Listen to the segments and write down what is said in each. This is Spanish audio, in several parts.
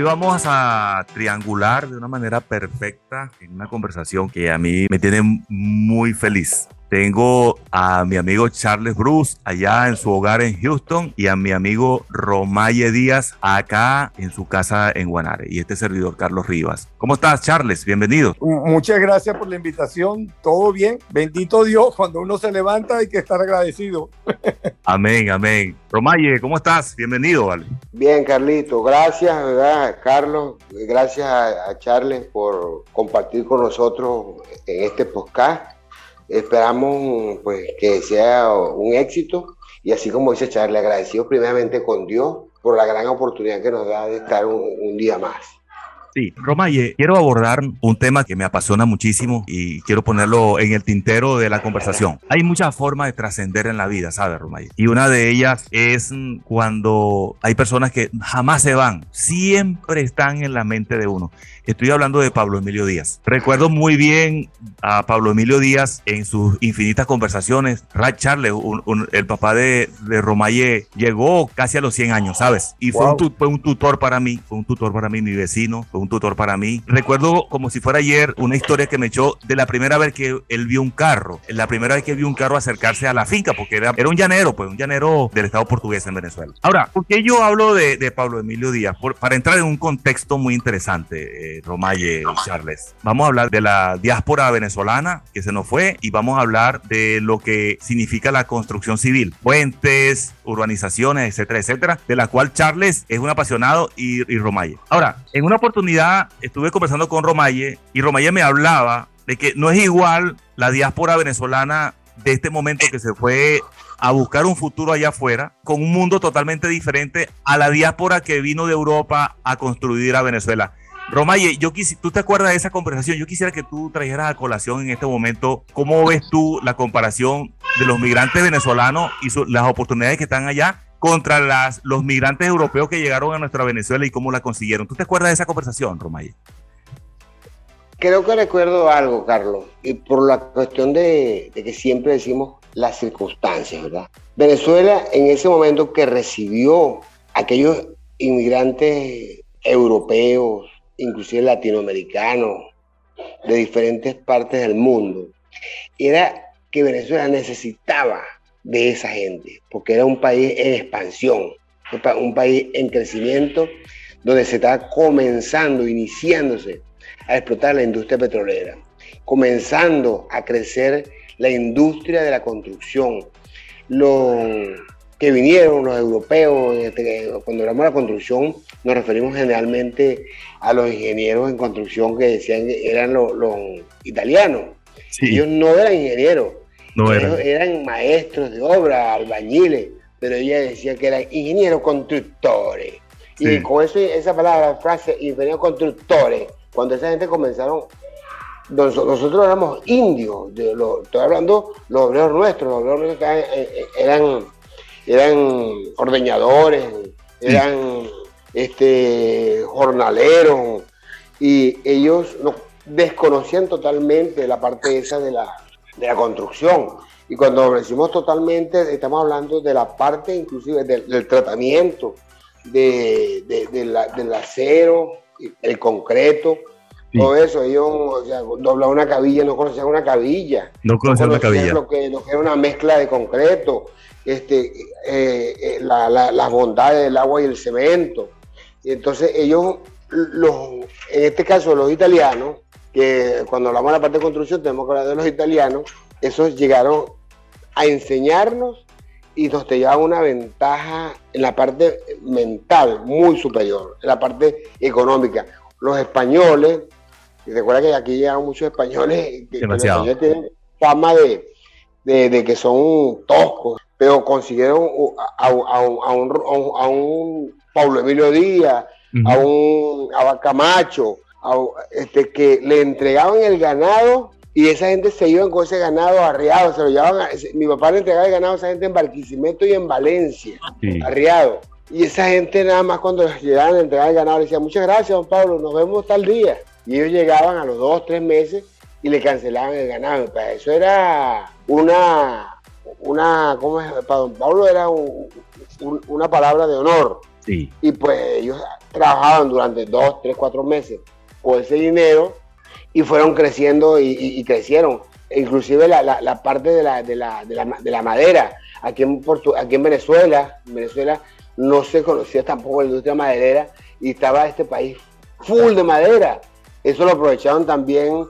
vamos a triangular de una manera perfecta en una conversación que a mí me tiene muy feliz. Tengo a mi amigo Charles Bruce allá en su hogar en Houston y a mi amigo Romaye Díaz acá en su casa en Guanare y este servidor Carlos Rivas. ¿Cómo estás, Charles? Bienvenido. Muchas gracias por la invitación. Todo bien. Bendito Dios, cuando uno se levanta hay que estar agradecido. Amén, amén. Romaye, ¿cómo estás? Bienvenido, vale. Bien, Carlito. Gracias, ¿verdad, Carlos? Gracias a Charles por compartir con nosotros en este podcast. Esperamos pues que sea un éxito y así como dice Charles, agradecidos primeramente con Dios por la gran oportunidad que nos da de estar un día más. Sí, Romaye, quiero abordar un tema que me apasiona muchísimo y quiero ponerlo en el tintero de la conversación. Hay muchas formas de trascender en la vida, ¿sabes, Romaye? Y una de ellas es cuando hay personas que jamás se van, siempre están en la mente de uno. Estoy hablando de Pablo Emilio Díaz. Recuerdo muy bien a Pablo Emilio Díaz en sus infinitas conversaciones. Charles, el papá de Romaye, llegó casi a los 100 años, ¿sabes? Y fue un tutor para mí, mi vecino, fue un tutor para mí. Recuerdo como si fuera ayer una historia que me echó de la primera vez que él vio un carro, la primera vez que vio un carro acercarse a la finca, porque era un llanero, pues un llanero del Estado portugués en Venezuela. Ahora, ¿por qué yo hablo de Pablo Emilio Díaz? Para entrar en un contexto muy interesante, Romaye, Charles. Vamos a hablar de la diáspora venezolana que se nos fue y vamos a hablar de lo que significa la construcción civil, puentes, urbanizaciones, etcétera, etcétera, de la cual Charles es un apasionado y Romaye. Ahora, en una oportunidad estuve conversando con Romaye y Romaye me hablaba de que no es igual la diáspora venezolana de este momento que se fue a buscar un futuro allá afuera, con un mundo totalmente diferente a la diáspora que vino de Europa a construir a Venezuela. Romaye, ¿tú te acuerdas de esa conversación? Yo quisiera que tú trajeras a colación en este momento cómo ves tú la comparación de los migrantes venezolanos y las oportunidades que están allá contra los migrantes europeos que llegaron a nuestra Venezuela y cómo la consiguieron. ¿Tú te acuerdas de esa conversación, Romaye? Creo que recuerdo algo, Carlos, y por la cuestión de que siempre decimos las circunstancias, ¿verdad? Venezuela en ese momento que recibió aquellos inmigrantes europeos, inclusive latinoamericanos, de diferentes partes del mundo, era que Venezuela necesitaba de esa gente, porque era un país en expansión, un país en crecimiento, donde se estaba iniciándose a explotar la industria petrolera, comenzando a crecer la industria de la construcción. Los que vinieron, los europeos, cuando hablamos de la construcción, nos referimos generalmente a los ingenieros en construcción que decían que eran los italianos. Sí. Ellos no eran ingenieros, ellos eran maestros de obra, albañiles, pero ella decía que eran ingenieros constructores. Sí. Y con eso, esa palabra, frase, ingenieros constructores, cuando esa gente comenzaron, nosotros éramos indios, estoy hablando los obreros nuestros, eran ordeñadores, eran jornaleros, y ellos desconocían totalmente la parte esa de la construcción. Y cuando decimos totalmente, estamos hablando de la parte inclusive del tratamiento, del acero, el concreto, sí. Todo eso. Ellos, o sea, doblar una cabilla, no conocían una cabilla. No conocían una cabilla. Lo que era una mezcla de concreto, las bondades del agua y el cemento. Y entonces ellos, en este caso los italianos, que cuando hablamos de la parte de construcción tenemos que hablar de los italianos, esos llegaron a enseñarnos y nos llevaban una ventaja en la parte mental muy superior, en la parte económica. Los españoles, y recuerda que aquí llegaron muchos españoles, que los españoles tienen fama de que son toscos, pero consiguieron a un Pablo Emilio Díaz, a Camacho, que le entregaban el ganado y esa gente se iban con ese ganado arriado, se lo llevaban mi papá le entregaba el ganado a esa gente en Barquisimeto y en Valencia, sí. Arriado. Y esa gente nada más cuando llegaban a entregar el ganado le decían, muchas gracias, don Pablo, nos vemos tal día. Y ellos llegaban a los 2 o 3 meses y le cancelaban el ganado. Para eso era ¿cómo es? Para don Pablo era una palabra de honor. Sí. Y pues ellos trabajaban durante 2, 3, 4 meses con ese dinero y fueron creciendo y crecieron. Inclusive la parte de la madera. Aquí en Venezuela no se conocía tampoco la industria maderera y estaba este país full de madera. Eso lo aprovecharon también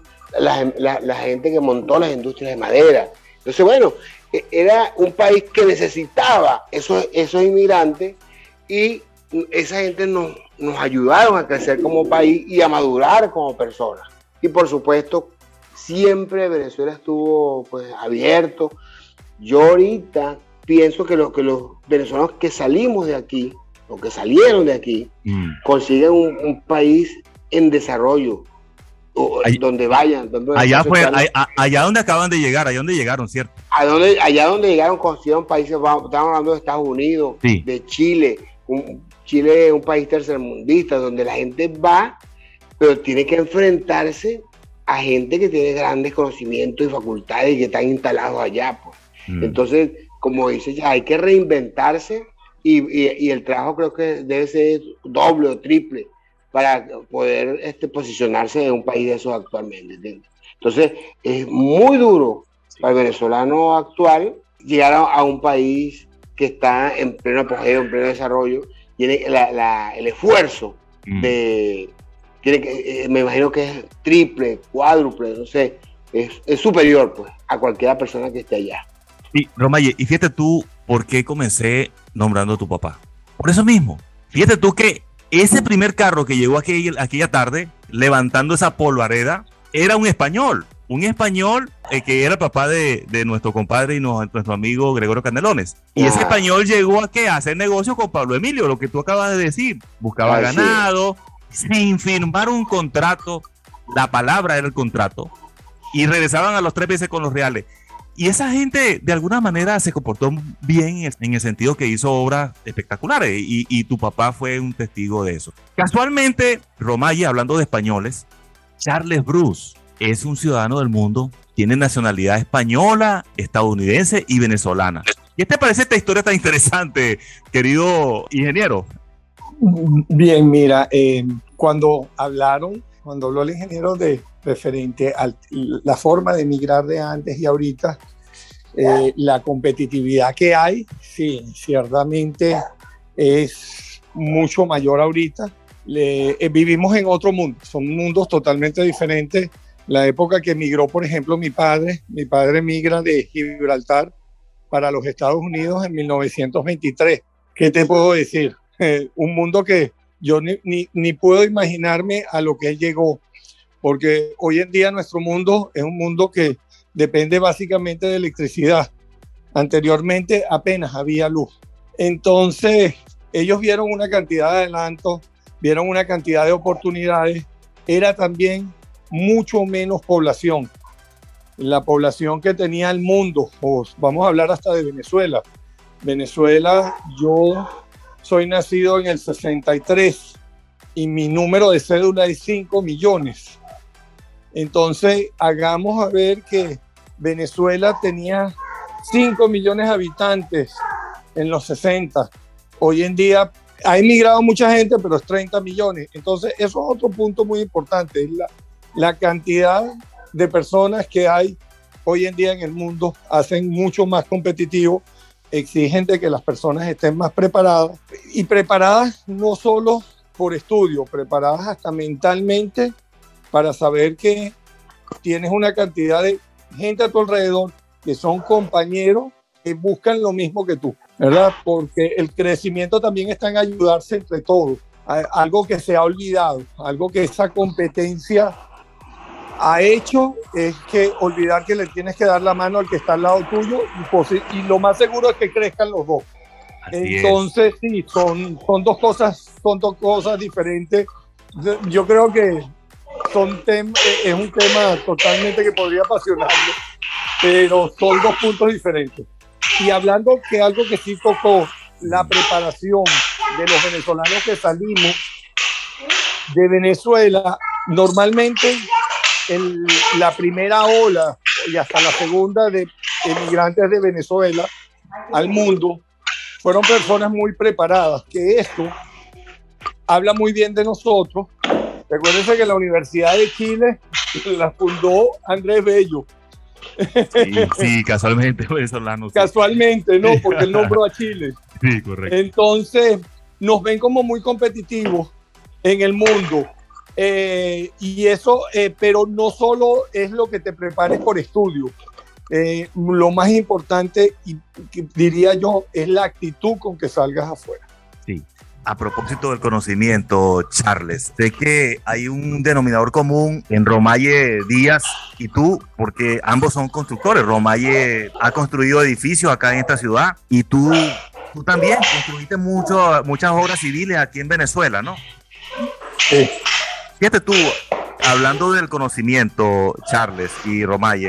la gente que montó las industrias de madera. Entonces, bueno, era un país que necesitaba esos inmigrantes y esa gente nos ayudaron a crecer como país y a madurar como personas. Y por supuesto, siempre Venezuela estuvo pues abierto. Yo ahorita pienso que los venezolanos que salimos de aquí, o que salieron de aquí, consiguen un país en desarrollo, donde vayan. Allá donde acaban de llegar, allá donde llegaron, ¿cierto? Allá donde llegaron consiguieron países, estamos hablando de Estados Unidos, sí, de Chile. Chile es un país tercermundista, donde la gente va, pero tiene que enfrentarse a gente que tiene grandes conocimientos y facultades y que están instalados allá, pues. Entonces, como dice, ya hay que reinventarse y el trabajo creo que debe ser doble o triple para poder posicionarse en un país de esos actualmente, ¿entiendes? Entonces, es muy duro para el venezolano actual llegar a un país que está en pleno apogeo, en pleno desarrollo, tiene el esfuerzo de... me imagino que es triple, cuádruple, no sé, es superior pues a cualquier persona que esté allá. Sí, Romaye, y fíjate tú por qué comencé nombrando a tu papá. Por eso mismo. Fíjate tú que ese primer carro que llegó aquella tarde, levantando esa polvareda, era un español que era el papá de nuestro compadre y nuestro amigo Gregorio Canelones. Y ese español llegó a hacer negocio con Pablo Emilio, lo que tú acabas de decir. Buscaba ganado, sin firmar un contrato, la palabra era el contrato, y regresaban a los 3 meses con los reales. Y esa gente de alguna manera se comportó bien en el sentido que hizo obras espectaculares y tu papá fue un testigo de eso. Casualmente, Romaye, hablando de españoles, Charles Bruce es un ciudadano del mundo, tiene nacionalidad española, estadounidense y venezolana. ¿Qué te parece esta historia tan interesante, querido ingeniero? Bien, mira, cuando habló el ingeniero referente a la forma de emigrar de antes y ahorita, la competitividad que hay, sí, ciertamente es mucho mayor ahorita. Vivimos en otro mundo, son mundos totalmente diferentes. La época que emigró, por ejemplo, mi padre emigra de Gibraltar para los Estados Unidos en 1923. ¿Qué te puedo decir? Un mundo que yo ni puedo imaginarme a lo que él llegó, porque hoy en día nuestro mundo es un mundo que depende básicamente de electricidad. Anteriormente apenas había luz. Entonces ellos vieron una cantidad de adelantos, vieron una cantidad de oportunidades. Era también mucho menos población. La población que tenía el mundo, vamos a hablar hasta de Venezuela. Venezuela, yo soy nacido en el 63 y mi número de cédula es 5 millones. Entonces, hagamos a ver que Venezuela tenía 5 millones de habitantes en los 60. Hoy en día ha emigrado mucha gente, pero es 30 millones. Entonces, eso es otro punto muy importante, es la cantidad de personas que hay hoy en día en el mundo, hacen mucho más competitivo, exigen de que las personas estén más preparadas, y preparadas no solo por estudio, preparadas hasta mentalmente para saber que tienes una cantidad de gente a tu alrededor que son compañeros que buscan lo mismo que tú, ¿verdad? Porque el crecimiento también está en ayudarse entre todos. Algo que se ha olvidado, algo que esa competencia ha hecho es que olvidar que le tienes que dar la mano al que está al lado tuyo y lo más seguro es que crezcan los dos. Entonces, sí, son dos cosas diferentes. Yo creo que es un tema totalmente que podría apasionarme, pero son dos puntos diferentes. Y hablando que algo que sí tocó, la preparación de los venezolanos que salimos de Venezuela, normalmente la primera ola y hasta la segunda de emigrantes de Venezuela al mundo fueron personas muy preparadas, que esto habla muy bien de nosotros. Recuérdense que la Universidad de Chile la fundó Andrés Bello. Sí, casualmente venezolano. Sí. Casualmente, no, porque él nombró a Chile. Sí, correcto. Entonces, nos ven como muy competitivos en el mundo. Y eso, pero no solo es lo que te prepares por estudio. Lo más importante, y diría yo, es la actitud con que salgas afuera. Sí. A propósito del conocimiento, Charles, sé que hay un denominador común en Romaye Díaz y tú, porque ambos son constructores. Romaye ha construido edificios acá en esta ciudad y tú también construiste muchas obras civiles aquí en Venezuela, ¿no? Sí. Fíjate tú, hablando del conocimiento, Charles y Romaye,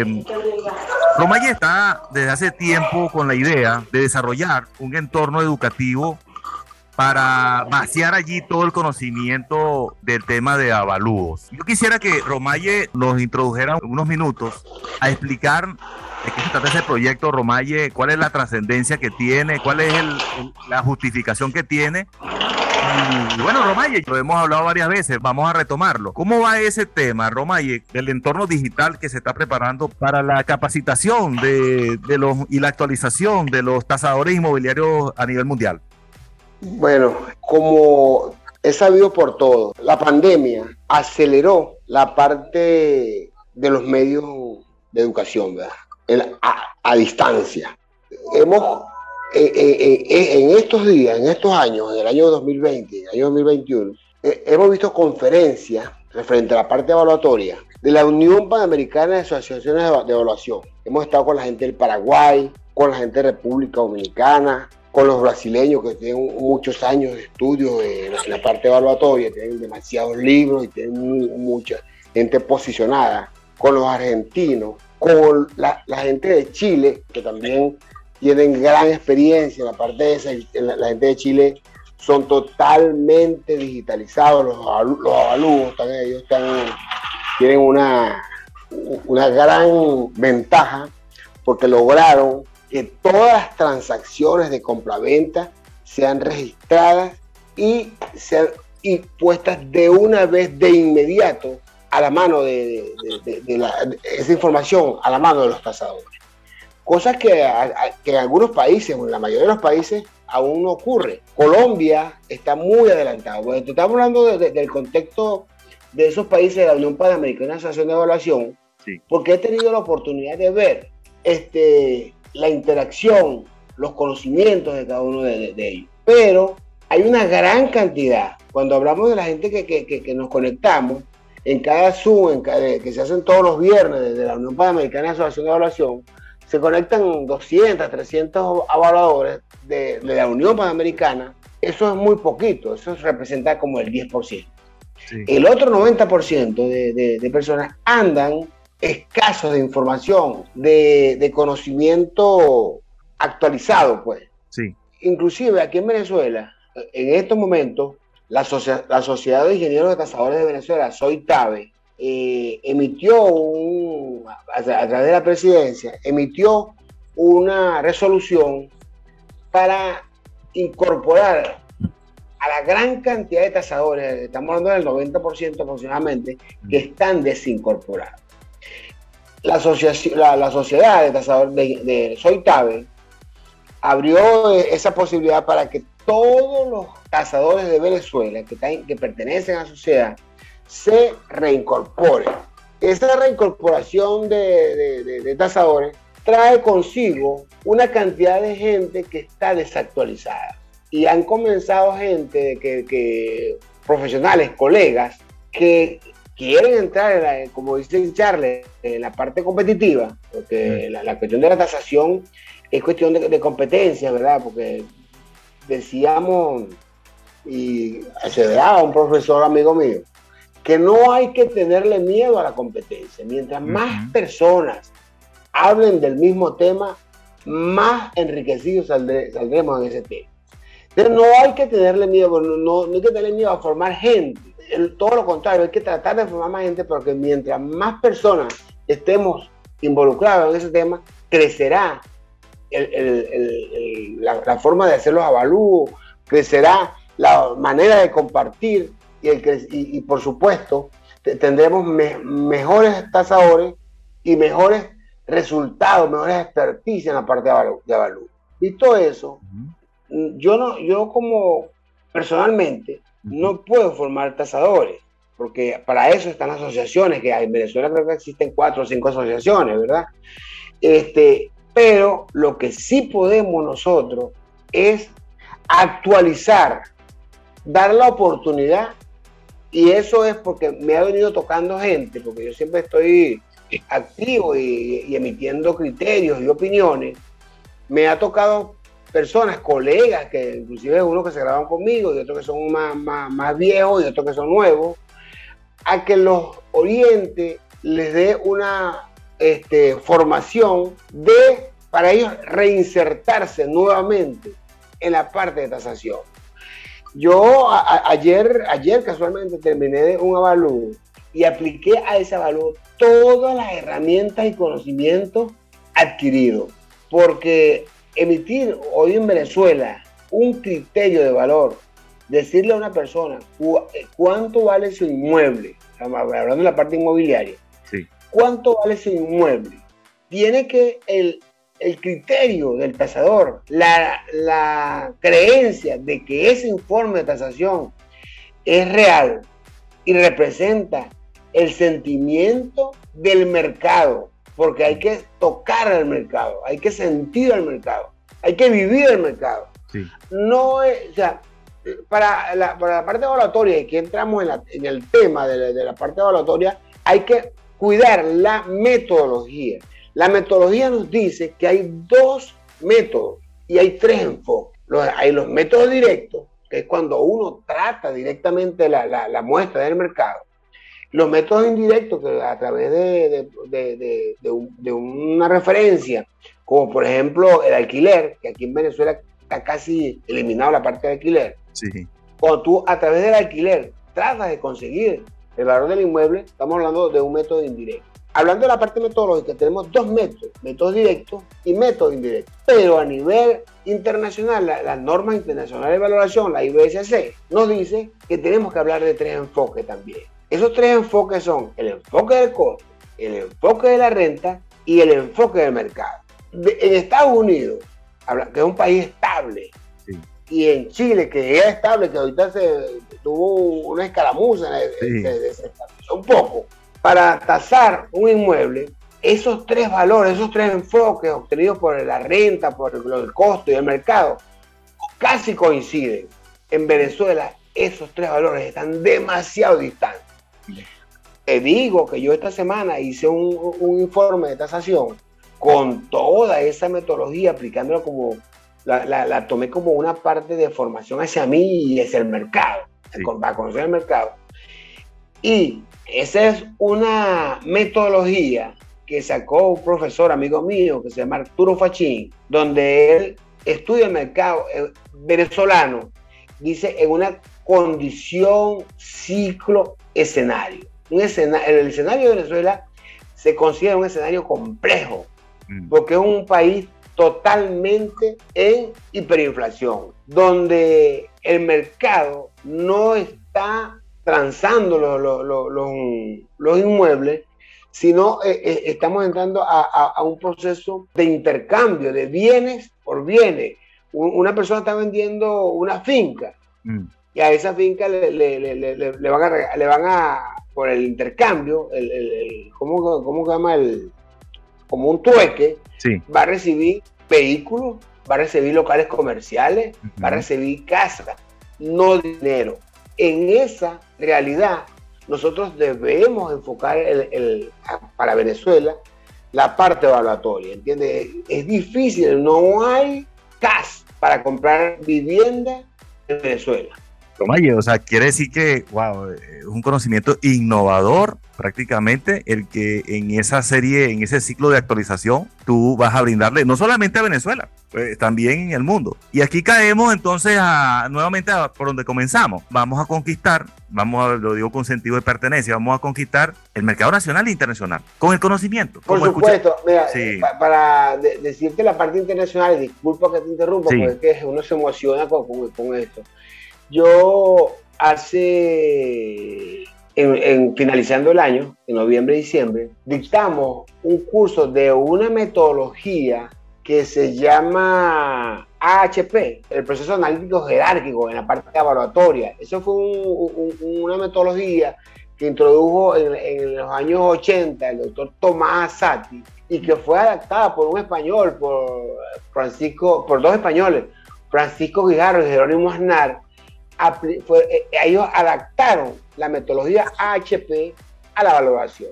Romaye está desde hace tiempo con la idea de desarrollar un entorno educativo para vaciar allí todo el conocimiento del tema de avalúos. Yo quisiera que Romaye nos introdujera unos minutos a explicar de qué se trata ese proyecto, Romaye, cuál es la trascendencia que tiene, cuál es la justificación que tiene. Y bueno, Romaye, lo hemos hablado varias veces, vamos a retomarlo. ¿Cómo va ese tema, Romaye, del entorno digital que se está preparando para la capacitación y la actualización de los tasadores inmobiliarios a nivel mundial? Bueno, como es sabido por todos, la pandemia aceleró la parte de los medios de educación, ¿verdad? A distancia. Hemos, en estos días, en estos años, en el año 2020, el año 2021, hemos visto conferencias referente a la parte evaluatoria de la Unión Panamericana de Asociaciones de Evaluación. Hemos estado con la gente del Paraguay, con la gente de República Dominicana, con los brasileños que tienen muchos años de estudio en la parte evaluatoria, tienen demasiados libros y tienen mucha gente posicionada, con los argentinos, con la gente de Chile, que también tienen gran experiencia en la parte de esa. La gente de Chile son totalmente digitalizados, los avalúos, tienen una gran ventaja porque lograron que todas las transacciones de compraventa sean registradas y sean puestas de una vez de inmediato a la mano de esa información, a la mano de los tasadores. Cosas que en algunos países, o en la mayoría de los países, aún no ocurre. Colombia está muy adelantado. Bueno, estamos hablando del contexto de esos países de la Unión Panamericana de Asociación de Evaluación, sí, porque he tenido la oportunidad de ver la interacción, los conocimientos de cada uno de ellos. Pero hay una gran cantidad, cuando hablamos de la gente que nos conectamos, en cada Zoom, que se hacen todos los viernes desde la Unión Panamericana de Asociación de Evaluación, se conectan 200, 300 evaluadores de la Unión Panamericana. Eso es muy poquito, eso representa como el 10%. Sí. El otro 90% de personas andan escasos de información, de conocimiento actualizado, pues. Sí. Inclusive aquí en Venezuela, en estos momentos, la Sociedad de Ingenieros de Tasadores de Venezuela, SOITAVE, emitió a través de la presidencia, emitió una resolución para incorporar a la gran cantidad de tasadores, estamos hablando del 90% aproximadamente, que están desincorporados. La sociedad de tasadores de SOITAVE abrió esa posibilidad para que todos los tasadores de Venezuela que pertenecen a la sociedad se reincorporen. Esa reincorporación de tasadores trae consigo una cantidad de gente que está desactualizada. Y han comenzado gente profesionales, colegas, que quieren entrar, como dice Charles, en la parte competitiva, porque la cuestión de la tasación es cuestión de competencia, ¿verdad? Porque decíamos, y aseveraba un profesor amigo mío, que no hay que tenerle miedo a la competencia. Mientras más personas hablen del mismo tema, más enriquecidos saldremos en ese tema. Pero no hay que tenerle miedo, no hay que tenerle miedo a formar gente. Todo lo contrario, hay que tratar de formar más gente, porque mientras más personas estemos involucradas en ese tema, crecerá la forma de hacer los avalúos, crecerá la manera de compartir y por supuesto tendremos mejores tasadores y mejores resultados, mejores expertise en la parte de avalúo. Visto eso, yo como personalmente no puedo formar tasadores, porque para eso están las asociaciones, que en Venezuela creo que existen 4 o 5 asociaciones, ¿verdad? Pero lo que sí podemos nosotros es actualizar, dar la oportunidad, y eso es porque me ha venido tocando gente, porque yo siempre estoy activo y emitiendo criterios y opiniones. Me ha tocado personas, colegas, que inclusive unos que se graban conmigo y otros que son más viejos y otros que son nuevos, a que los oriente, les dé una formación para ellos reinsertarse nuevamente en la parte de tasación. Yo ayer casualmente terminé de un avalúo y apliqué a ese avalúo todas las herramientas y conocimientos adquiridos, porque emitir hoy en Venezuela un criterio de valor, decirle a una persona cuánto vale su inmueble, hablando de la parte inmobiliaria, sí, cuánto vale su inmueble, tiene que el criterio del tasador, la creencia de que ese informe de tasación es real y representa el sentimiento del mercado, porque hay que tocar al mercado, hay que sentir al mercado, hay que vivir el mercado. sí. No es, o sea, para la parte evaluatoria, y aquí entramos en el tema de la parte evaluatoria, hay que cuidar la metodología. La metodología nos dice que hay 2 métodos y hay 3 enfoques. Hay los métodos directos, que es cuando uno trata directamente la muestra del mercado. Los métodos indirectos, que a través de una referencia, como por ejemplo el alquiler, que aquí en Venezuela está casi eliminado la parte de alquiler. Sí. Cuando tú a través del alquiler tratas de conseguir el valor del inmueble, estamos hablando de un método indirecto. Hablando de la parte metodológica, tenemos 2 métodos, método directo y método indirecto. Pero a nivel internacional, las normas internacionales de valoración, la IBSC, nos dice que tenemos que hablar de 3 enfoques también. Esos 3 enfoques son el enfoque del costo, el enfoque de la renta y el enfoque del mercado. En Estados Unidos, que es un país estable, sí, y en Chile, que es estable, que ahorita tuvo una escaramuza, sí, se estabilizó un poco. Para tasar un inmueble, esos 3 valores, esos 3 enfoques obtenidos por la renta, por el costo y el mercado, casi coinciden. En Venezuela, esos 3 valores están demasiado distantes. Te digo que yo esta semana hice un informe de tasación con toda esa metodología, aplicándola como, la tomé como una parte de formación hacia mí y hacia el mercado, sí, para conocer el mercado. Y esa es una metodología que sacó un profesor amigo mío que se llama Arturo Fachín, donde él estudia el mercado venezolano, dice en una condición, ciclo, escenario. El escenario de Venezuela se considera un escenario complejo, porque es un país totalmente en hiperinflación, donde el mercado no está transando los inmuebles, sino estamos entrando a un proceso de intercambio de bienes por bienes. Una persona está vendiendo una finca y a esa finca le van a por el intercambio, ¿cómo se llama? Como un trueque, sí, va a recibir vehículos, va a recibir locales comerciales, va a recibir casas, no dinero. En esa realidad, nosotros debemos enfocar para Venezuela la parte evaluatoria, ¿entiendes? Es difícil, no hay cash para comprar vivienda en Venezuela. Romaye, o sea, quiere decir que, wow, es un conocimiento innovador prácticamente el que en esa serie, en ese ciclo de actualización, tú vas a brindarle no solamente a Venezuela, también en el mundo. Y aquí caemos entonces nuevamente por donde comenzamos. Vamos a conquistar, lo digo con sentido de pertenencia, vamos a conquistar el mercado nacional e internacional con el conocimiento. Por supuesto, mira, sí. Para decirte la parte internacional, disculpa que te interrumpa, sí, porque es que uno se emociona con esto. Yo finalizando el año, en noviembre y diciembre, dictamos un curso de una metodología que se llama AHP, el proceso analítico jerárquico en la parte evaluatoria. Eso fue una metodología que introdujo en los años 80 el doctor Tomás Sati y que fue adaptada por un español, por dos españoles, Francisco Guijarro y Jerónimo Aznar. Ellos adaptaron la metodología AHP a la valoración.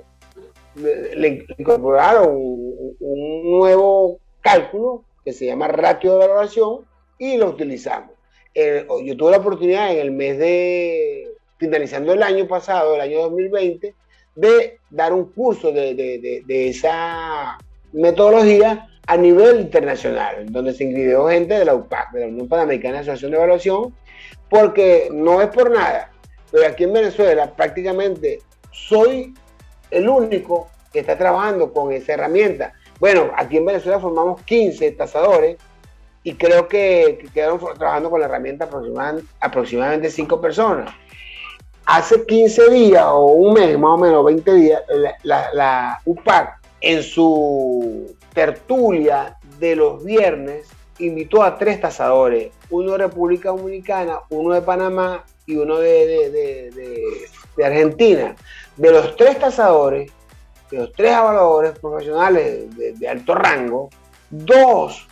Le incorporaron un nuevo cálculo que se llama ratio de valoración y lo utilizamos. Yo tuve la oportunidad en el mes finalizando el año pasado, el año 2020, de dar un curso de esa metodología a nivel internacional, donde se inscribió gente de la UPAC, de la Unión Panamericana de Asociación de Evaluación, porque no es por nada, pero aquí en Venezuela prácticamente soy el único que está trabajando con esa herramienta. Bueno, aquí en Venezuela formamos 15 tasadores y creo que quedaron trabajando con la herramienta aproximadamente 5 personas. Hace 15 días o un mes, más o menos 20 días, la UPAC en su tertulia de los viernes invitó a 3 tasadores, uno de República Dominicana, uno de Panamá y uno de Argentina. De los 3 tasadores, de los 3 evaluadores profesionales de alto rango, 2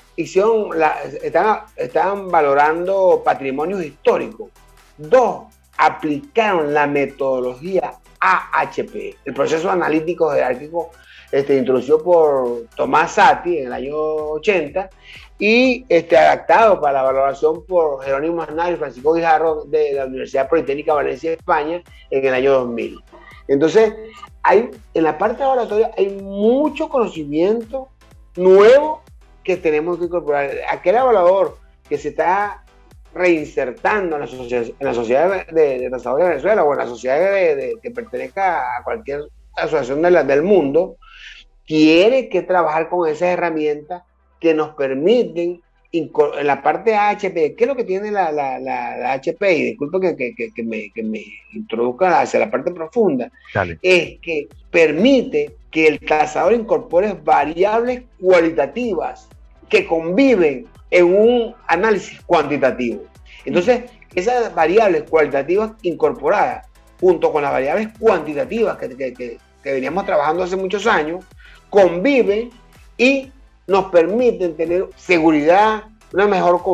estaban valorando patrimonios históricos, 2 aplicaron la metodología AHP, el proceso analítico jerárquico introducido por Tomás Sati en el año 80 y adaptado para la valoración por Jerónimo Aznar y Francisco Guijarro de la Universidad Politécnica Valencia de España en el año 2000. Entonces, en la parte laboratoria hay mucho conocimiento nuevo que tenemos que incorporar. Aquel evaluador que se está reinsertando en la sociedad de tasadores de Venezuela o en la sociedad que pertenezca a cualquier asociación del mundo, tiene que trabajar con esas herramientas que nos permiten en la parte AHP. ¿Qué es lo que tiene la AHP? Y disculpa que me introduzca hacia la parte profunda. Dale. Es que permite que el tasador incorpore variables cualitativas que conviven en un análisis cuantitativo. Entonces, esas variables cualitativas incorporadas junto con las variables cuantitativas que veníamos trabajando hace muchos años, conviven y nos permiten tener seguridad, una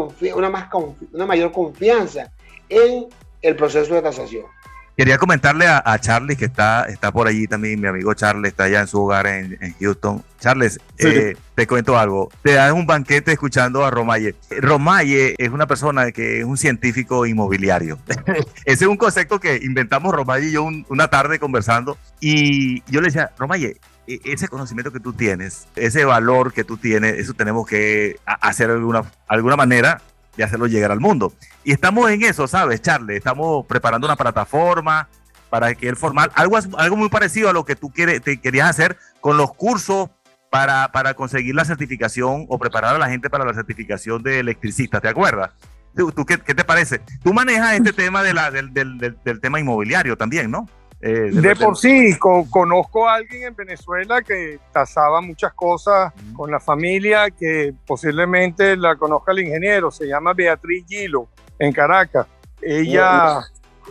mayor confianza en el proceso de tasación. Quería comentarle a Charles, que está por allí también, mi amigo Charles, está allá en su hogar en Houston. Charles, sí. Te cuento algo. Te das un banquete escuchando a Romaye. Romaye es una persona que es un científico inmobiliario. Ese es un concepto que inventamos Romaye y yo una tarde conversando. Y yo le decía, Romaye, ese conocimiento que tú tienes, ese valor que tú tienes, eso tenemos que hacer de alguna manera de hacerlo llegar al mundo. Y estamos en eso, ¿sabes, Charles? Estamos preparando una plataforma para que el formal, algo muy parecido a lo que tú te querías hacer con los cursos para conseguir la certificación o preparar a la gente para la certificación de electricista, ¿te acuerdas? ¿Tú qué te parece? Tú manejas este tema del tema inmobiliario también, ¿no? De por sí, conozco a alguien en Venezuela que tasaba muchas cosas con la familia, que posiblemente la conozca el ingeniero, se llama Beatriz Gilo, en Caracas. Ella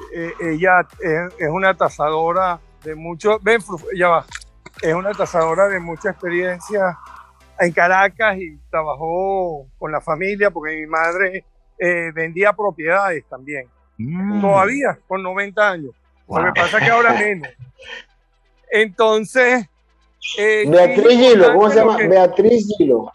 es una tasadora de mucho, es una tasadora de mucha experiencia en Caracas y trabajó con la familia porque mi madre vendía propiedades también, todavía con 90 años. Wow. Lo que pasa es que ahora menos. Entonces... Beatriz Gilo, ¿cómo se llama? Beatriz Gilo.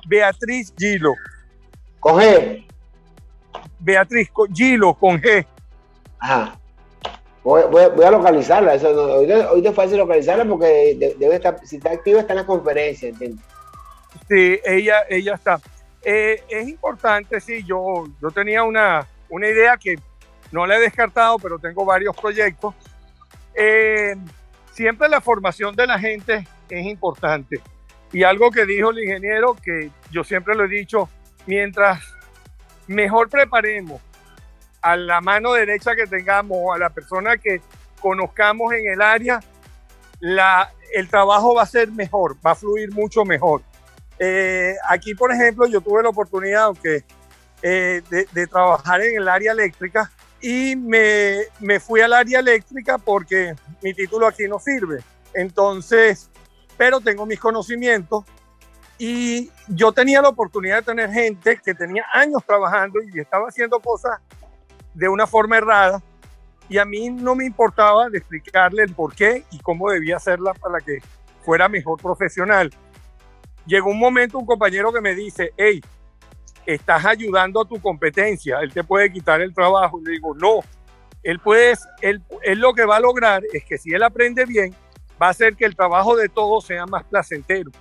Beatriz Gilo. Con G. Beatriz Gilo, con G. Ajá. Voy a localizarla. Eso, hoy es fácil localizarla porque debe estar, si está activa, está en la conferencia, ¿entiendes? Sí, ella está. Es importante, sí, yo tenía una idea que no la he descartado, pero tengo varios proyectos. Siempre la formación de la gente es importante. Y algo que dijo el ingeniero, que yo siempre lo he dicho, mientras mejor preparemos a la mano derecha que tengamos, a la persona que conozcamos en el área, el trabajo va a ser mejor, va a fluir mucho mejor. Aquí, por ejemplo, yo tuve la oportunidad de trabajar en el área eléctrica y me fui al área eléctrica porque mi título aquí no sirve. Entonces, pero tengo mis conocimientos y yo tenía la oportunidad de tener gente que tenía años trabajando y estaba haciendo cosas de una forma errada y a mí no me importaba de explicarle el por qué y cómo debía hacerla para que fuera mejor profesional. Llegó un momento un compañero que me dice, hey, estás ayudando a tu competencia, él te puede quitar el trabajo. Y le digo, no, él lo que va a lograr es que si él aprende bien, va a hacer que el trabajo de todos sea más placentero.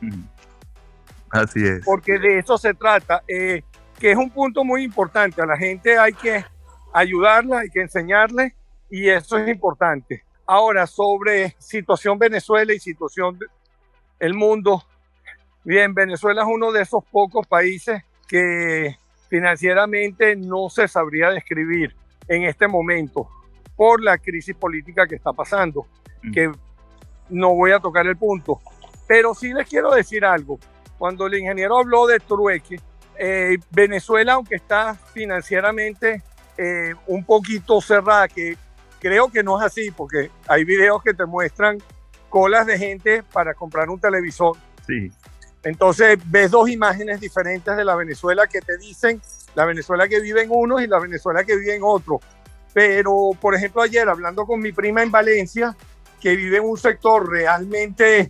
Así es. Porque de eso se trata, que es un punto muy importante. A la gente hay que ayudarla, hay que enseñarle y eso es importante. Ahora, sobre situación Venezuela y situación del mundo. Bien, Venezuela es uno de esos pocos países que financieramente no se sabría describir en este momento por la crisis política que está pasando, que no voy a tocar el punto. Pero sí les quiero decir algo. Cuando el ingeniero habló de trueque, Venezuela, aunque está financieramente un poquito cerrada, que creo que no es así, porque hay videos que te muestran colas de gente para comprar un televisor. Sí. Entonces ves dos imágenes diferentes de la Venezuela que te dicen la Venezuela que vive en unos y la Venezuela que vive en otros. Pero, por ejemplo, ayer hablando con mi prima en Valencia, que vive en un sector realmente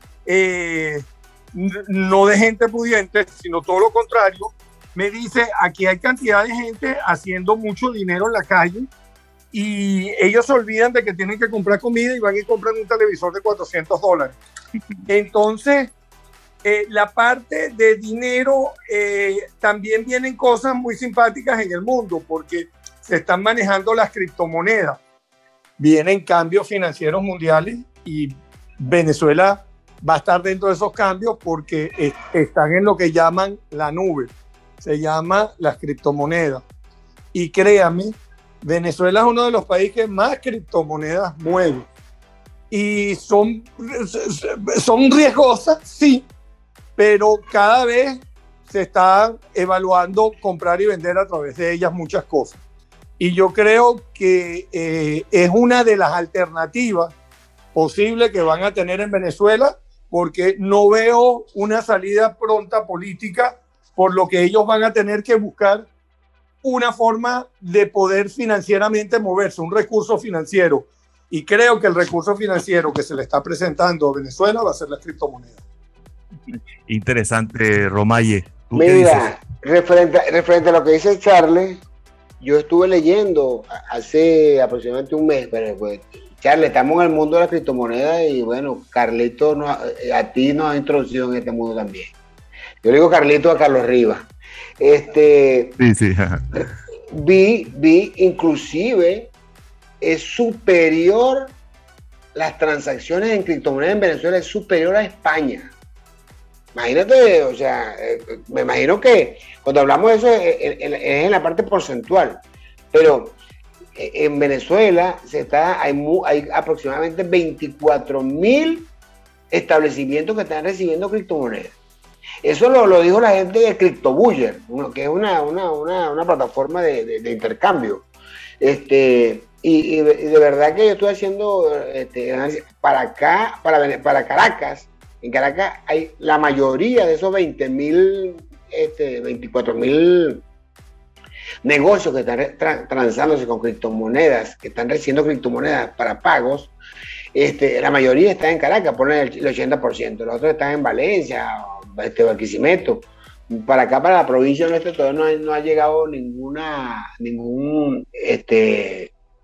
no de gente pudiente, sino todo lo contrario, me dice, aquí hay cantidad de gente haciendo mucho dinero en la calle y ellos se olvidan de que tienen que comprar comida y van y compran un televisor de $400. Entonces, la parte de dinero, también vienen cosas muy simpáticas en el mundo porque se están manejando las criptomonedas. Vienen cambios financieros mundiales y Venezuela va a estar dentro de esos cambios porque están en lo que llaman la nube. Se llama las criptomonedas. Y créanme, Venezuela es uno de los países que más criptomonedas mueve. Y son riesgosas, sí, pero cada vez se está evaluando comprar y vender a través de ellas muchas cosas. Y yo creo que es una de las alternativas posibles que van a tener en Venezuela, porque no veo una salida pronta política, por lo que ellos van a tener que buscar una forma de poder financieramente moverse, un recurso financiero. Y creo que el recurso financiero que se le está presentando a Venezuela va a ser la criptomoneda. Interesante, Romaye. ¿Tú mira, referente a lo que dice Charles, yo estuve leyendo hace aproximadamente un mes, pero pues, Charles, estamos en el mundo de las criptomonedas y bueno, Carlito a ti nos ha introducido en este mundo también. Yo le digo Carlito a Carlos Rivas. Sí. Vi inclusive es superior, las transacciones en criptomonedas en Venezuela es superior a España. Imagínate, o sea, me imagino que cuando hablamos de eso es en la parte porcentual, pero en Venezuela hay aproximadamente 24,000 establecimientos que están recibiendo criptomonedas. Eso lo dijo la gente de CryptoBuyer, que es una plataforma de intercambio. Y de verdad que yo estoy haciendo para Caracas. En Caracas hay la mayoría de esos 24,000 negocios que están transándose con criptomonedas, que están recibiendo criptomonedas para pagos. La mayoría está en Caracas, ponen el 80%. Los otros están en Valencia, Barquisimeto. Para acá, para la provincia nuestra, todavía no ha llegado ningún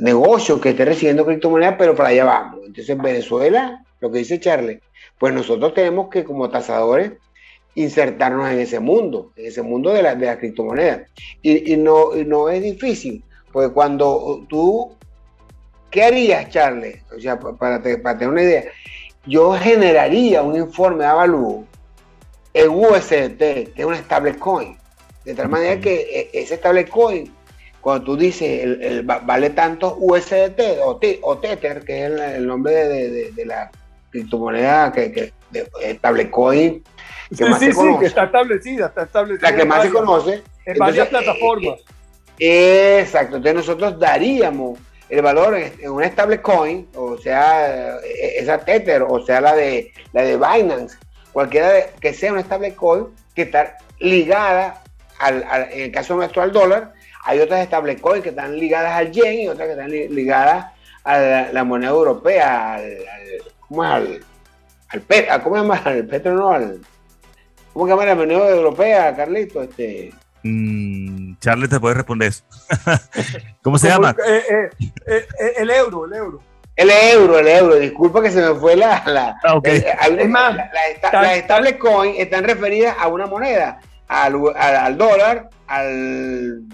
negocio que esté recibiendo criptomonedas, pero para allá vamos. Entonces, Venezuela, lo que dice Charles, pues nosotros tenemos que, como tasadores, insertarnos en ese mundo de la criptomoneda. Y no es difícil, porque cuando tú, ¿qué harías, Charles? O sea, para tener una idea, yo generaría un informe de avalúo en USDT, que es una stablecoin, de tal manera que ese stablecoin, cuando tú dices vale tantos USDT o Tether, que es el nombre de la criptomoneda que stablecoin que más se conoce. Que está establecida. La que más se conoce. En varias plataformas. Exacto. Entonces nosotros daríamos el valor en una stablecoin, o sea, esa Tether, o sea, la de Binance, cualquiera que sea una stablecoin que está ligada, en el caso nuestro, al dólar. Hay otras stablecoins que están ligadas al yen y otras que están ligadas a la moneda europea, ¿cómo se llama? Al petro, no, ¿cómo se llama la moneda europea, Carlito? Charles te puede responder eso. ¿Cómo se llama? El euro. El euro. Disculpa que se me fue okay. Las stablecoins están referidas a una moneda, al dólar, al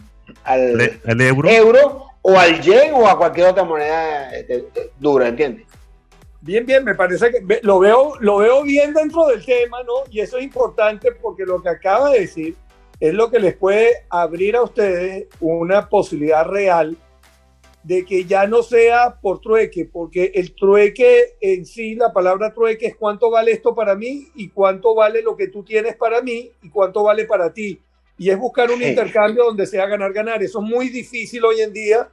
euro o al yen o a cualquier otra moneda dura, ¿entiendes? Bien, me parece que lo veo bien dentro del tema, ¿no? Y eso es importante porque lo que acaba de decir es lo que les puede abrir a ustedes una posibilidad real de que ya no sea por trueque, porque el trueque en sí, la palabra trueque es cuánto vale esto para mí y cuánto vale lo que tú tienes para mí y cuánto vale para ti. Y es buscar un intercambio donde sea ganar. Eso es muy difícil hoy en día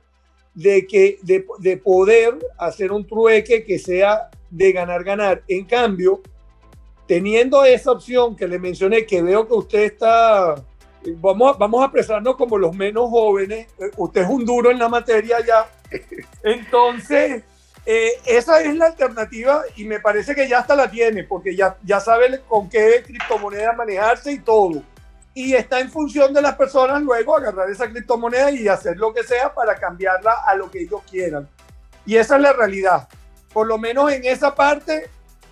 de poder hacer un trueque que sea de ganar. En cambio, teniendo esa opción que le mencioné, que veo que usted está, vamos a expresarnos como los menos jóvenes, usted es un duro en la materia ya, entonces esa es la alternativa y me parece que ya hasta la tiene, porque ya sabe con qué criptomoneda manejarse y todo. Y está en función de las personas luego agarrar esa criptomoneda y hacer lo que sea para cambiarla a lo que ellos quieran. Y esa es la realidad. Por lo menos en esa parte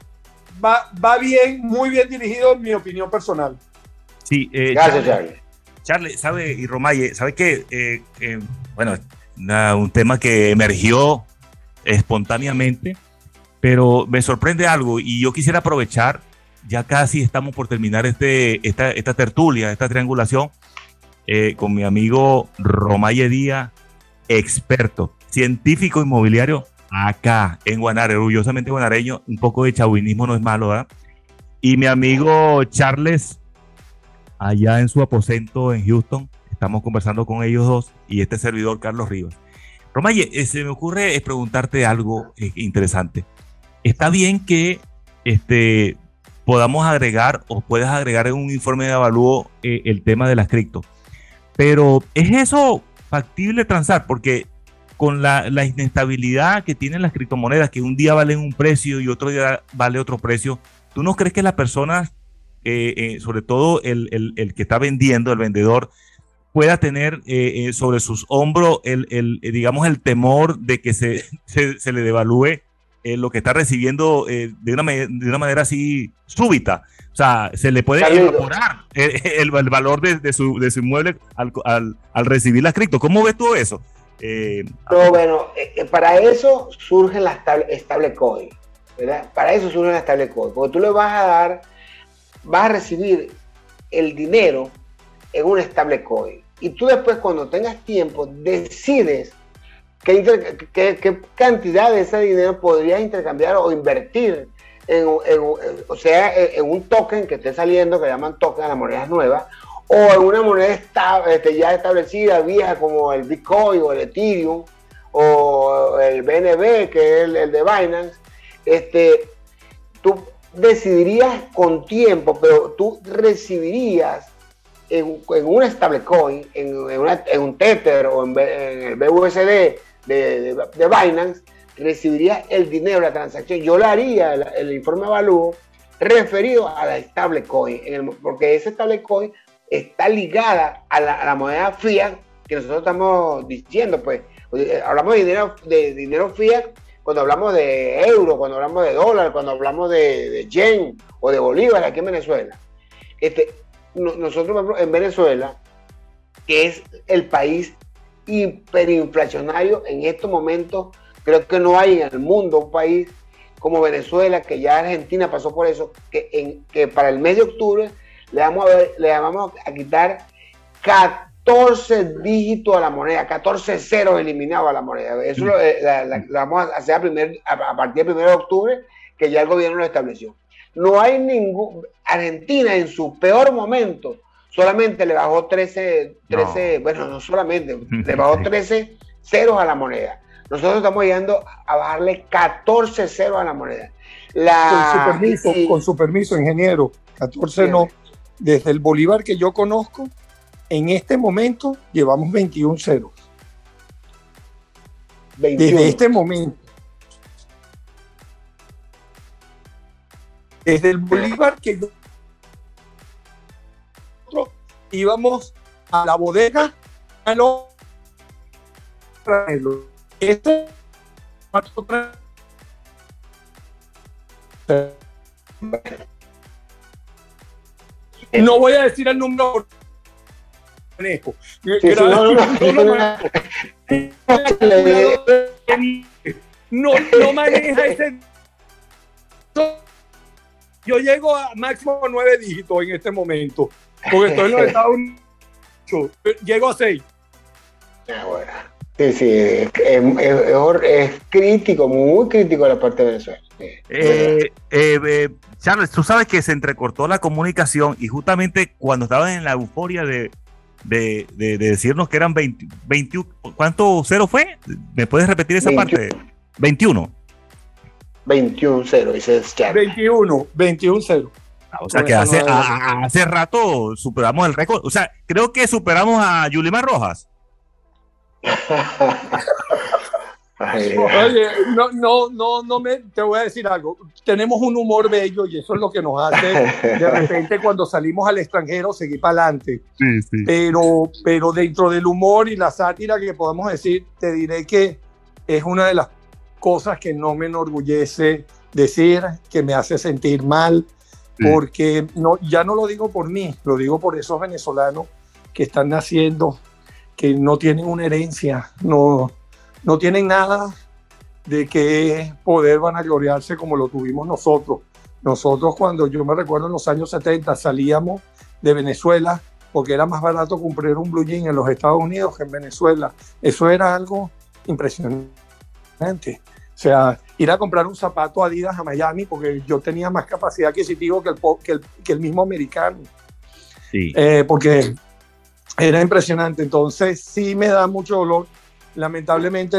va bien, muy bien dirigido en mi opinión personal. Sí, gracias, Charles. Charles, ¿sabe? Y Romaye, ¿sabe qué? Bueno, un tema que emergió espontáneamente, pero me sorprende algo y yo quisiera aprovechar. Ya casi estamos por terminar esta tertulia, esta triangulación con mi amigo Romaye Díaz, experto, científico inmobiliario acá en Guanare, orgullosamente guanareño, un poco de chauvinismo no es malo, ¿verdad? Y mi amigo Charles, allá en su aposento en Houston, estamos conversando con ellos dos y este servidor Carlos Rivas. Romaye, se me ocurre preguntarte algo interesante. Está bien que podamos agregar o puedas agregar en un informe de avalúo el tema de las cripto. Pero ¿es eso factible transar? Porque con la inestabilidad que tienen las criptomonedas, que un día valen un precio y otro día vale otro precio, ¿tú no crees que las personas, sobre todo el que está vendiendo, el vendedor, pueda tener sobre sus hombros digamos, el temor de que se le devalúe lo que está recibiendo de una manera así súbita? O sea, se le puede evaporar el valor de su inmueble al recibir las cripto. ¿Cómo ves tú eso? Bueno, para eso surgen las stablecoin, ¿verdad? Para eso surgen las stablecoin, porque tú le vas a recibir el dinero en una stablecoin y tú después, cuando tengas tiempo, decides ¿qué cantidad de ese dinero podrías intercambiar o invertir en un token que esté saliendo, que llaman token a las monedas nuevas, o en una moneda ya establecida, vieja, como el Bitcoin o el Ethereum o el BNB, que es el de Binance? Tú decidirías con tiempo, pero tú recibirías en una stablecoin, en un Tether o en el BUSD de Binance, recibiría el dinero, la transacción. Yo le haría el informe de avalúo referido a la stablecoin, porque esa stablecoin está ligada a la moneda fiat que nosotros estamos diciendo, pues Hablamos de dinero fiat cuando hablamos de euro, cuando hablamos de dólar, cuando hablamos de yen o de bolívar aquí en Venezuela. Nosotros en Venezuela, que es el país hiperinflacionario en estos momentos, creo que no hay en el mundo un país como Venezuela, que ya Argentina pasó por eso, que para el mes de octubre le vamos a quitar 14 dígitos a la moneda, 14 ceros eliminados a la moneda. Eso lo vamos a hacer a partir del 1 de octubre, que ya el gobierno lo estableció. No hay Argentina en su peor momento solamente le bajó 13, bueno, no solamente, le bajó 13 ceros a la moneda. Nosotros estamos llegando a bajarle 14 ceros a la moneda. Con su permiso, ingeniero, 14 no. Desde el bolívar que yo conozco, en este momento llevamos 21 ceros. 21. Desde este momento. Desde el bolívar que yo íbamos a la bodega a lo este no voy a decir el número manejo. No maneja ese. Yo llego a máximo 9 dígitos en este momento, porque estoy en los Estados Unidos. Llego a 6. Bueno. Sí, es crítico, muy crítico la parte de Venezuela. Charles, tú sabes que se entrecortó la comunicación y justamente cuando estabas en la euforia de decirnos que eran 21, ¿cuánto cero fue? ¿Me puedes repetir esa 21. parte? 21. 21-0, dices Charles. 21-0. O sea que hace rato superamos el récord. O sea, creo que superamos a Yulimar Rojas. Oye, te voy a decir algo. Tenemos un humor bello y eso es lo que nos hace de repente cuando salimos al extranjero seguir para adelante. Sí. Pero dentro del humor y la sátira que podemos decir, te diré que es una de las cosas que no me enorgullece decir, que me hace sentir mal, porque ya no lo digo por mí, lo digo por esos venezolanos que están naciendo, que no tienen una herencia, no tienen nada de que poder vanagloriarse como lo tuvimos nosotros. Nosotros, cuando yo me recuerdo en los años 70, salíamos de Venezuela porque era más barato comprar un blue jean en los Estados Unidos que en Venezuela. Eso era algo impresionante. O sea, ir a comprar un zapato Adidas a Miami porque yo tenía más capacidad adquisitiva que el mismo americano. Sí. Porque era impresionante. Entonces sí me da mucho dolor. Lamentablemente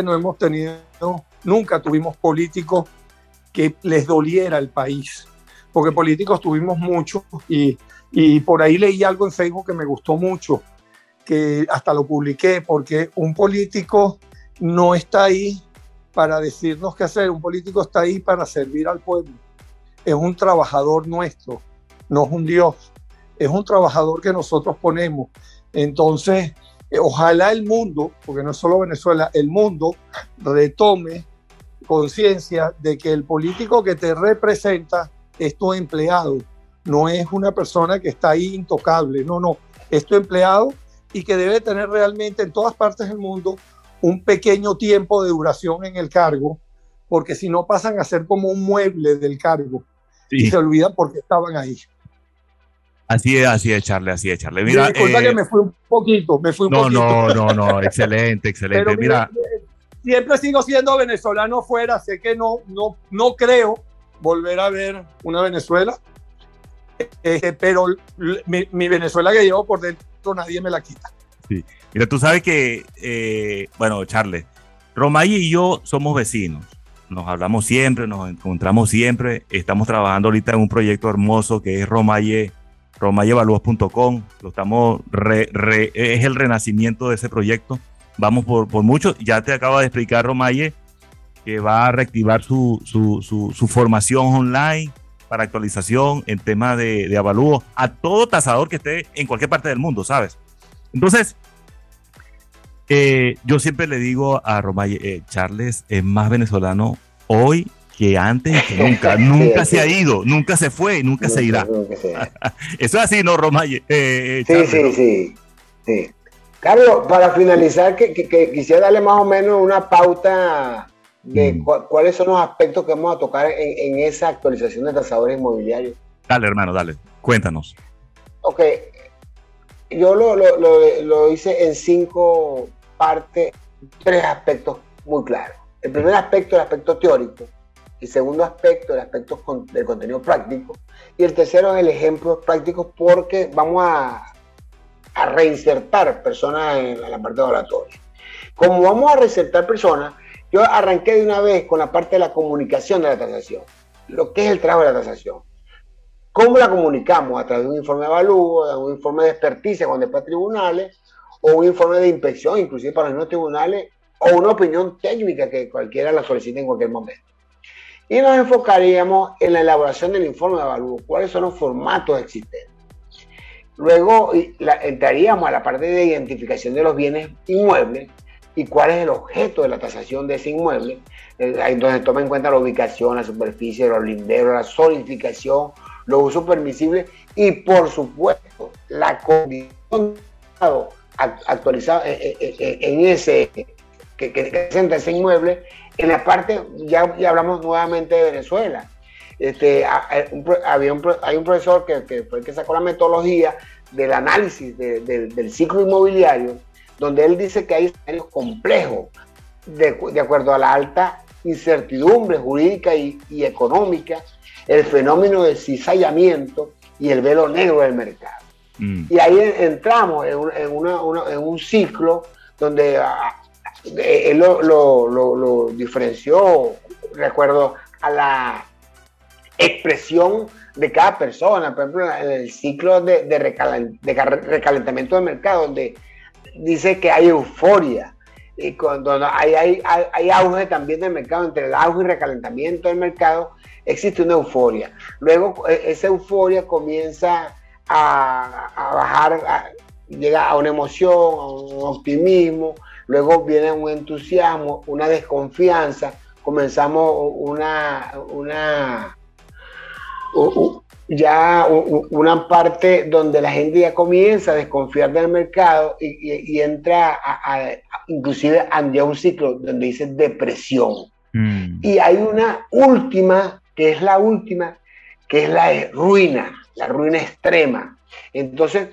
nunca tuvimos políticos que les doliera el país, porque políticos tuvimos muchos y por ahí leí algo en Facebook que me gustó mucho, que hasta lo publiqué, porque un político no está ahí para decirnos qué hacer, un político está ahí para servir al pueblo. Es un trabajador nuestro, no es un Dios, es un trabajador que nosotros ponemos. Entonces, ojalá el mundo, porque no es solo Venezuela, el mundo retome conciencia de que el político que te representa es tu empleado, no es una persona que está ahí intocable, no, es tu empleado y que debe tener realmente en todas partes del mundo un pequeño tiempo de duración en el cargo, porque si no pasan a ser como un mueble del cargo y se olvidan por qué estaban ahí. Así es, Charles. Mira, disculpa que me fui un poquito. No, excelente. Pero mira, siempre sigo siendo venezolano fuera, sé que no creo volver a ver una Venezuela, pero mi Venezuela que llevo por dentro nadie me la quita. Sí. Mira, tú sabes que, Charles, Romay y yo somos vecinos, nos hablamos siempre, nos encontramos siempre, estamos trabajando ahorita en un proyecto hermoso que es romayevaluas.com, lo estamos es el renacimiento de ese proyecto, vamos por mucho. Ya te acaba de explicar Romaye que va a reactivar su formación online para actualización en temas de avalúo a todo tasador que esté en cualquier parte del mundo, ¿sabes? Entonces, Yo siempre le digo a Romaye, Charles es más venezolano hoy que antes y que nunca. Nunca Sí, se ha sí. ido, nunca se fue y nunca se irá. Nunca se- Eso es así, ¿no, Romaye? Sí, Charles, ¿no? sí, sí, sí. Carlos, para finalizar, que quisiera darle más o menos una pauta de Mm. cuáles son los aspectos que vamos a tocar en esa actualización de tasadores inmobiliarios. Dale, hermano, dale. Cuéntanos. Ok, yo lo hice en 5 partes, 3 aspectos muy claros. El primer aspecto, el aspecto teórico. El segundo aspecto, el aspecto del contenido práctico. Y el tercero es el ejemplo práctico, porque vamos a reinsertar personas en la parte oratoria. Como vamos a reinsertar personas, yo arranqué de una vez con la parte de la comunicación de la tasación, lo que es el trabajo de la tasación. ¿Cómo la comunicamos? A través de un informe de avalúo, de un informe de experticia cuando es para tribunales, o un informe de inspección, inclusive para los mismos tribunales, o una opinión técnica que cualquiera la solicite en cualquier momento. Y nos enfocaríamos en la elaboración del informe de avalúo, cuáles son los formatos existentes. Luego entraríamos a la parte de identificación de los bienes inmuebles y cuál es el objeto de la tasación de ese inmueble. Entonces toma en cuenta la ubicación, la superficie, los linderos, la zonificación, los usos permisibles y, por supuesto, la condición actualizada en ese que presenta ese inmueble. En la parte, ya hablamos nuevamente de Venezuela. Hay un profesor que fue el que sacó la metodología del análisis del ciclo inmobiliario, donde él dice que hay escenarios complejos de acuerdo a la alta incertidumbre jurídica y económica, el fenómeno del cizallamiento y el velo negro del mercado. Y ahí entramos en un ciclo donde él lo diferenció, recuerdo, a la expresión de cada persona. Por ejemplo, en el ciclo de recalentamiento del mercado, donde dice que hay euforia, y cuando hay auge también del mercado. Entre el auge y recalentamiento del mercado existe una euforia. Luego esa euforia comienza a bajar, llega a una emoción, a un optimismo, luego viene un entusiasmo, una desconfianza, comenzamos una parte donde la gente ya comienza a desconfiar del mercado y entra inclusive a un ciclo donde dice depresión. Y hay una última, que es la ruina extrema. Entonces,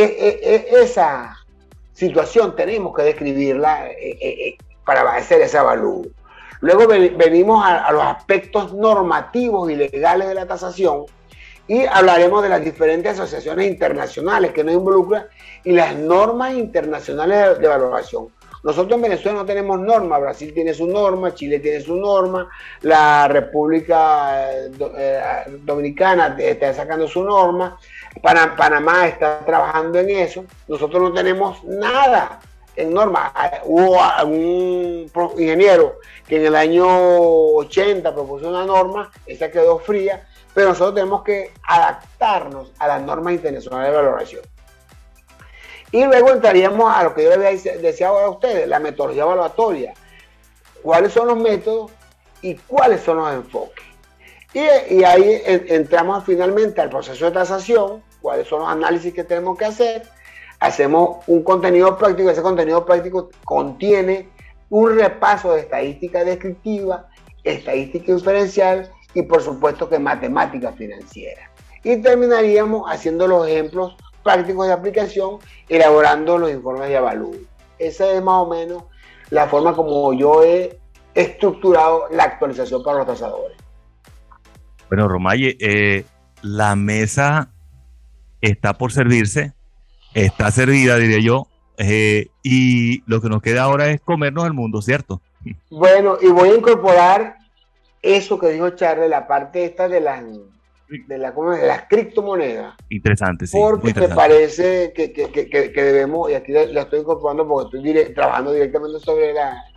esa situación tenemos que describirla para hacer ese avalúo. Luego venimos a los aspectos normativos y legales de la tasación y hablaremos de las diferentes asociaciones internacionales que nos involucran y las normas internacionales de evaluación. Nosotros en Venezuela no tenemos normas. Brasil tiene su norma, Chile tiene su norma, la República Dominicana está sacando su norma, Panamá está trabajando en eso. Nosotros no tenemos nada en norma. Hubo algún ingeniero que en el año 80 propuso una norma, esa quedó fría, pero nosotros tenemos que adaptarnos a las normas internacionales de valoración. Y luego entraríamos a lo que yo les decía a ustedes, la metodología evaluatoria. ¿Cuáles son los métodos y cuáles son los enfoques? Y ahí entramos finalmente al proceso de tasación, cuáles son los análisis que tenemos que hacer. Hacemos un contenido práctico, ese contenido práctico contiene un repaso de estadística descriptiva, estadística inferencial y por supuesto que matemática financiera. Y terminaríamos haciendo los ejemplos prácticos de aplicación, elaborando los informes de avalúo. Esa es más o menos la forma como yo he estructurado la actualización para los tasadores. Bueno, Romaye, la mesa está por servirse, está servida, diría yo, y lo que nos queda ahora es comernos el mundo, ¿cierto? Bueno, y voy a incorporar eso que dijo Charles, la parte esta de las criptomonedas. Interesante, sí. Porque me parece que debemos, y aquí la estoy incorporando porque estoy trabajando directamente sobre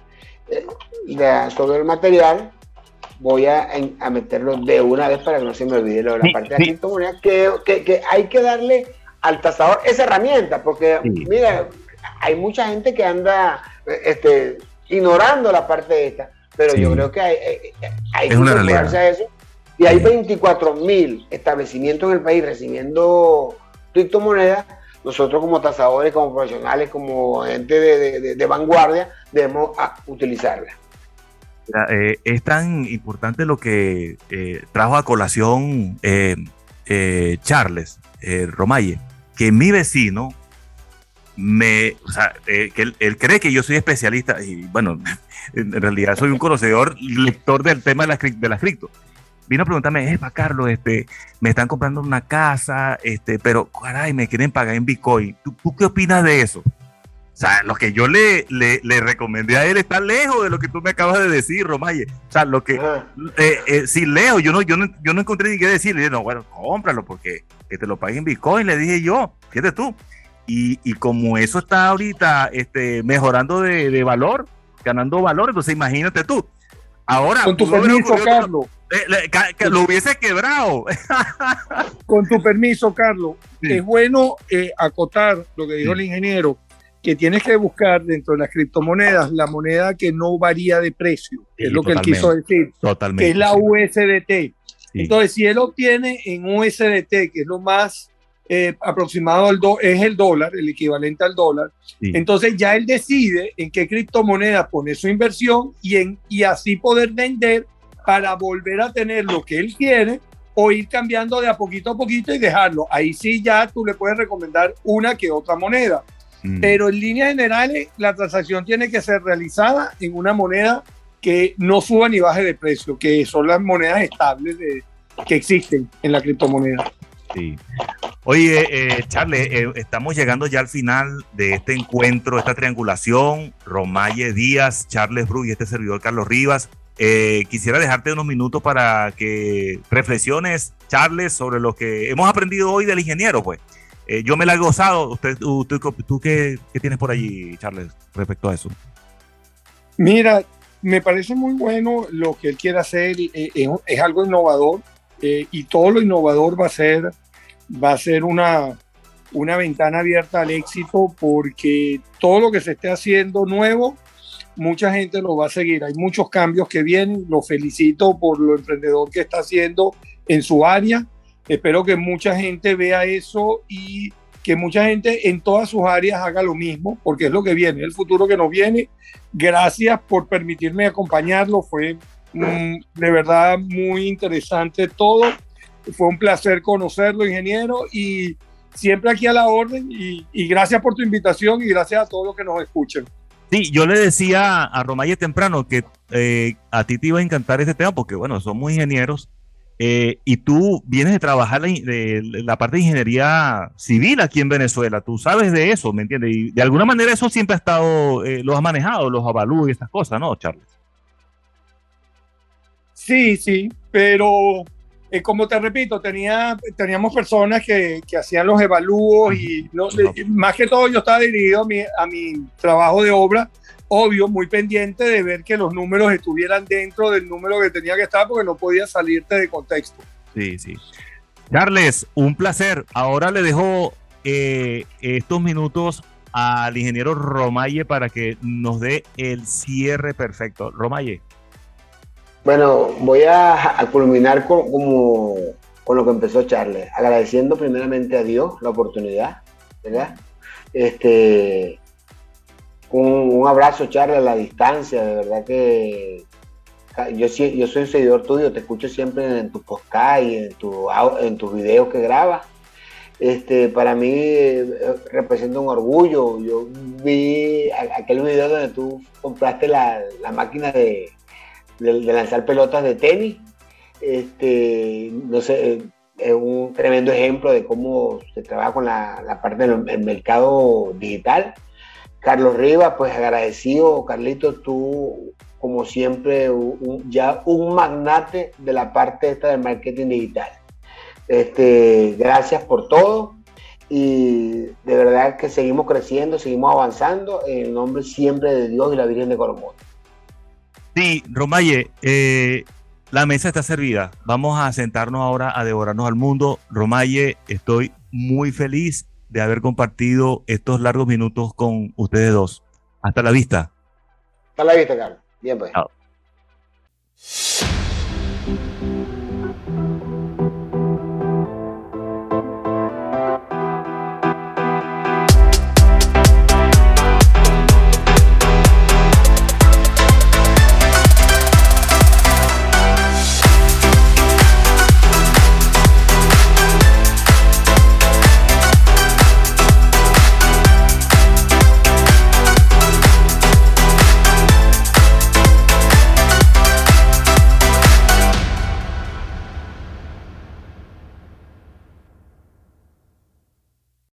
sobre el material. Voy a meterlo de una vez para que no se me olvide la parte de la criptomoneda, que hay que darle al tasador esa herramienta, porque mira, hay mucha gente que anda ignorando la parte esta, pero yo creo que hay que incorporarse a eso. Y hay 24.000 establecimientos en el país recibiendo criptomonedas. Nosotros como tasadores, como profesionales, como gente de vanguardia, debemos utilizarla. Es tan importante lo que trajo a colación Charles Romaye, que mi vecino que él cree que yo soy especialista y bueno, en realidad soy un conocedor, lector del tema de las cripto. Vino a preguntarme, Carlos, me están comprando una casa, pero caray, me quieren pagar en Bitcoin. ¿Tú qué opinas de eso? O sea, lo que yo le recomendé a él está lejos de lo que tú me acabas de decir, Romaye. O sea, lo que sí leo, yo no encontré ni qué decir. Le dije, no, bueno, cómpralo porque que te lo paguen en Bitcoin, le dije yo, fíjate tú. Y como eso está ahorita mejorando de valor, ganando valor, entonces imagínate tú. Ahora, con tu permiso, Carlos. Que lo hubiese quebrado. Con tu permiso, Carlos. Sí. Es bueno acotar lo que dijo el ingeniero, que tienes que buscar dentro de las criptomonedas la moneda que no varía de precio, que es lo que él quiso decir, totalmente, que es la USDT. Sí. Entonces, si él obtiene en USDT, que es lo más aproximado es el dólar, el equivalente al dólar, sí. Entonces ya él decide en qué criptomoneda poner su inversión y así poder vender para volver a tener lo que él quiere o ir cambiando de a poquito y dejarlo. Ahí sí ya tú le puedes recomendar una que otra moneda. Pero en líneas generales la transacción tiene que ser realizada en una moneda que no suba ni baje de precio, que son las monedas estables que existen en la criptomoneda. Sí. Oye, Charles, estamos llegando ya al final de este encuentro, esta triangulación, Romaye Díaz, Charles Bru y este servidor Carlos Rivas. Quisiera dejarte unos minutos para que reflexiones, Charles, sobre lo que hemos aprendido hoy del ingeniero, pues. Yo me la he gozado. ¿Tú qué tienes por allí, Charles, respecto a eso? Mira, me parece muy bueno lo que él quiere hacer. Es algo innovador y todo lo innovador va a ser una ventana abierta al éxito, porque todo lo que se esté haciendo nuevo, mucha gente lo va a seguir. Hay muchos cambios que vienen. Lo felicito por lo emprendedor que está haciendo en su área. Espero que mucha gente vea eso y que mucha gente en todas sus áreas haga lo mismo, porque es lo que viene, el futuro que nos viene. Gracias por permitirme acompañarlo. Fue de verdad muy interesante todo. Fue un placer conocerlo, ingeniero, y siempre aquí a la orden. Y gracias por tu invitación y gracias a todos los que nos escuchan. Sí, yo le decía a Romaye temprano que a ti te iba a encantar este tema porque, bueno, somos ingenieros. Y tú vienes de trabajar la parte de ingeniería civil aquí en Venezuela, tú sabes de eso, ¿me entiendes? Y de alguna manera eso siempre ha estado, lo has manejado, los avalúos y estas cosas, ¿no, Charles? Sí, pero como te repito, teníamos personas que hacían los evalúos y más que todo yo estaba dirigido a mi trabajo de obra, obvio, muy pendiente de ver que los números estuvieran dentro del número que tenía que estar, porque no podía salirte de contexto. Sí. Charles, un placer. Ahora le dejo estos minutos al ingeniero Romaye para que nos dé el cierre perfecto. Romaye. Bueno, voy a culminar con lo que empezó Charles, agradeciendo primeramente a Dios la oportunidad, ¿verdad? Un abrazo, Charles, a la distancia. De verdad que yo soy un seguidor tuyo, te escucho siempre en tu podcast y en tus videos que grabas. Para mí representa un orgullo. Yo vi aquel video donde tú compraste la máquina de lanzar pelotas de tenis. No sé, es un tremendo ejemplo de cómo se trabaja con la parte del mercado digital. Carlos Rivas, pues agradecido. Carlito, tú como siempre ya un magnate de la parte esta del marketing digital. Gracias por todo y de verdad que seguimos creciendo, seguimos avanzando en el nombre siempre de Dios y la Virgen de Coromoto. Sí, Romaye, la mesa está servida. Vamos a sentarnos ahora a devorarnos al mundo. Romaye, estoy muy feliz de haber compartido estos largos minutos con ustedes dos. Hasta la vista. Hasta la vista, Carlos. Bien, pues. Chao.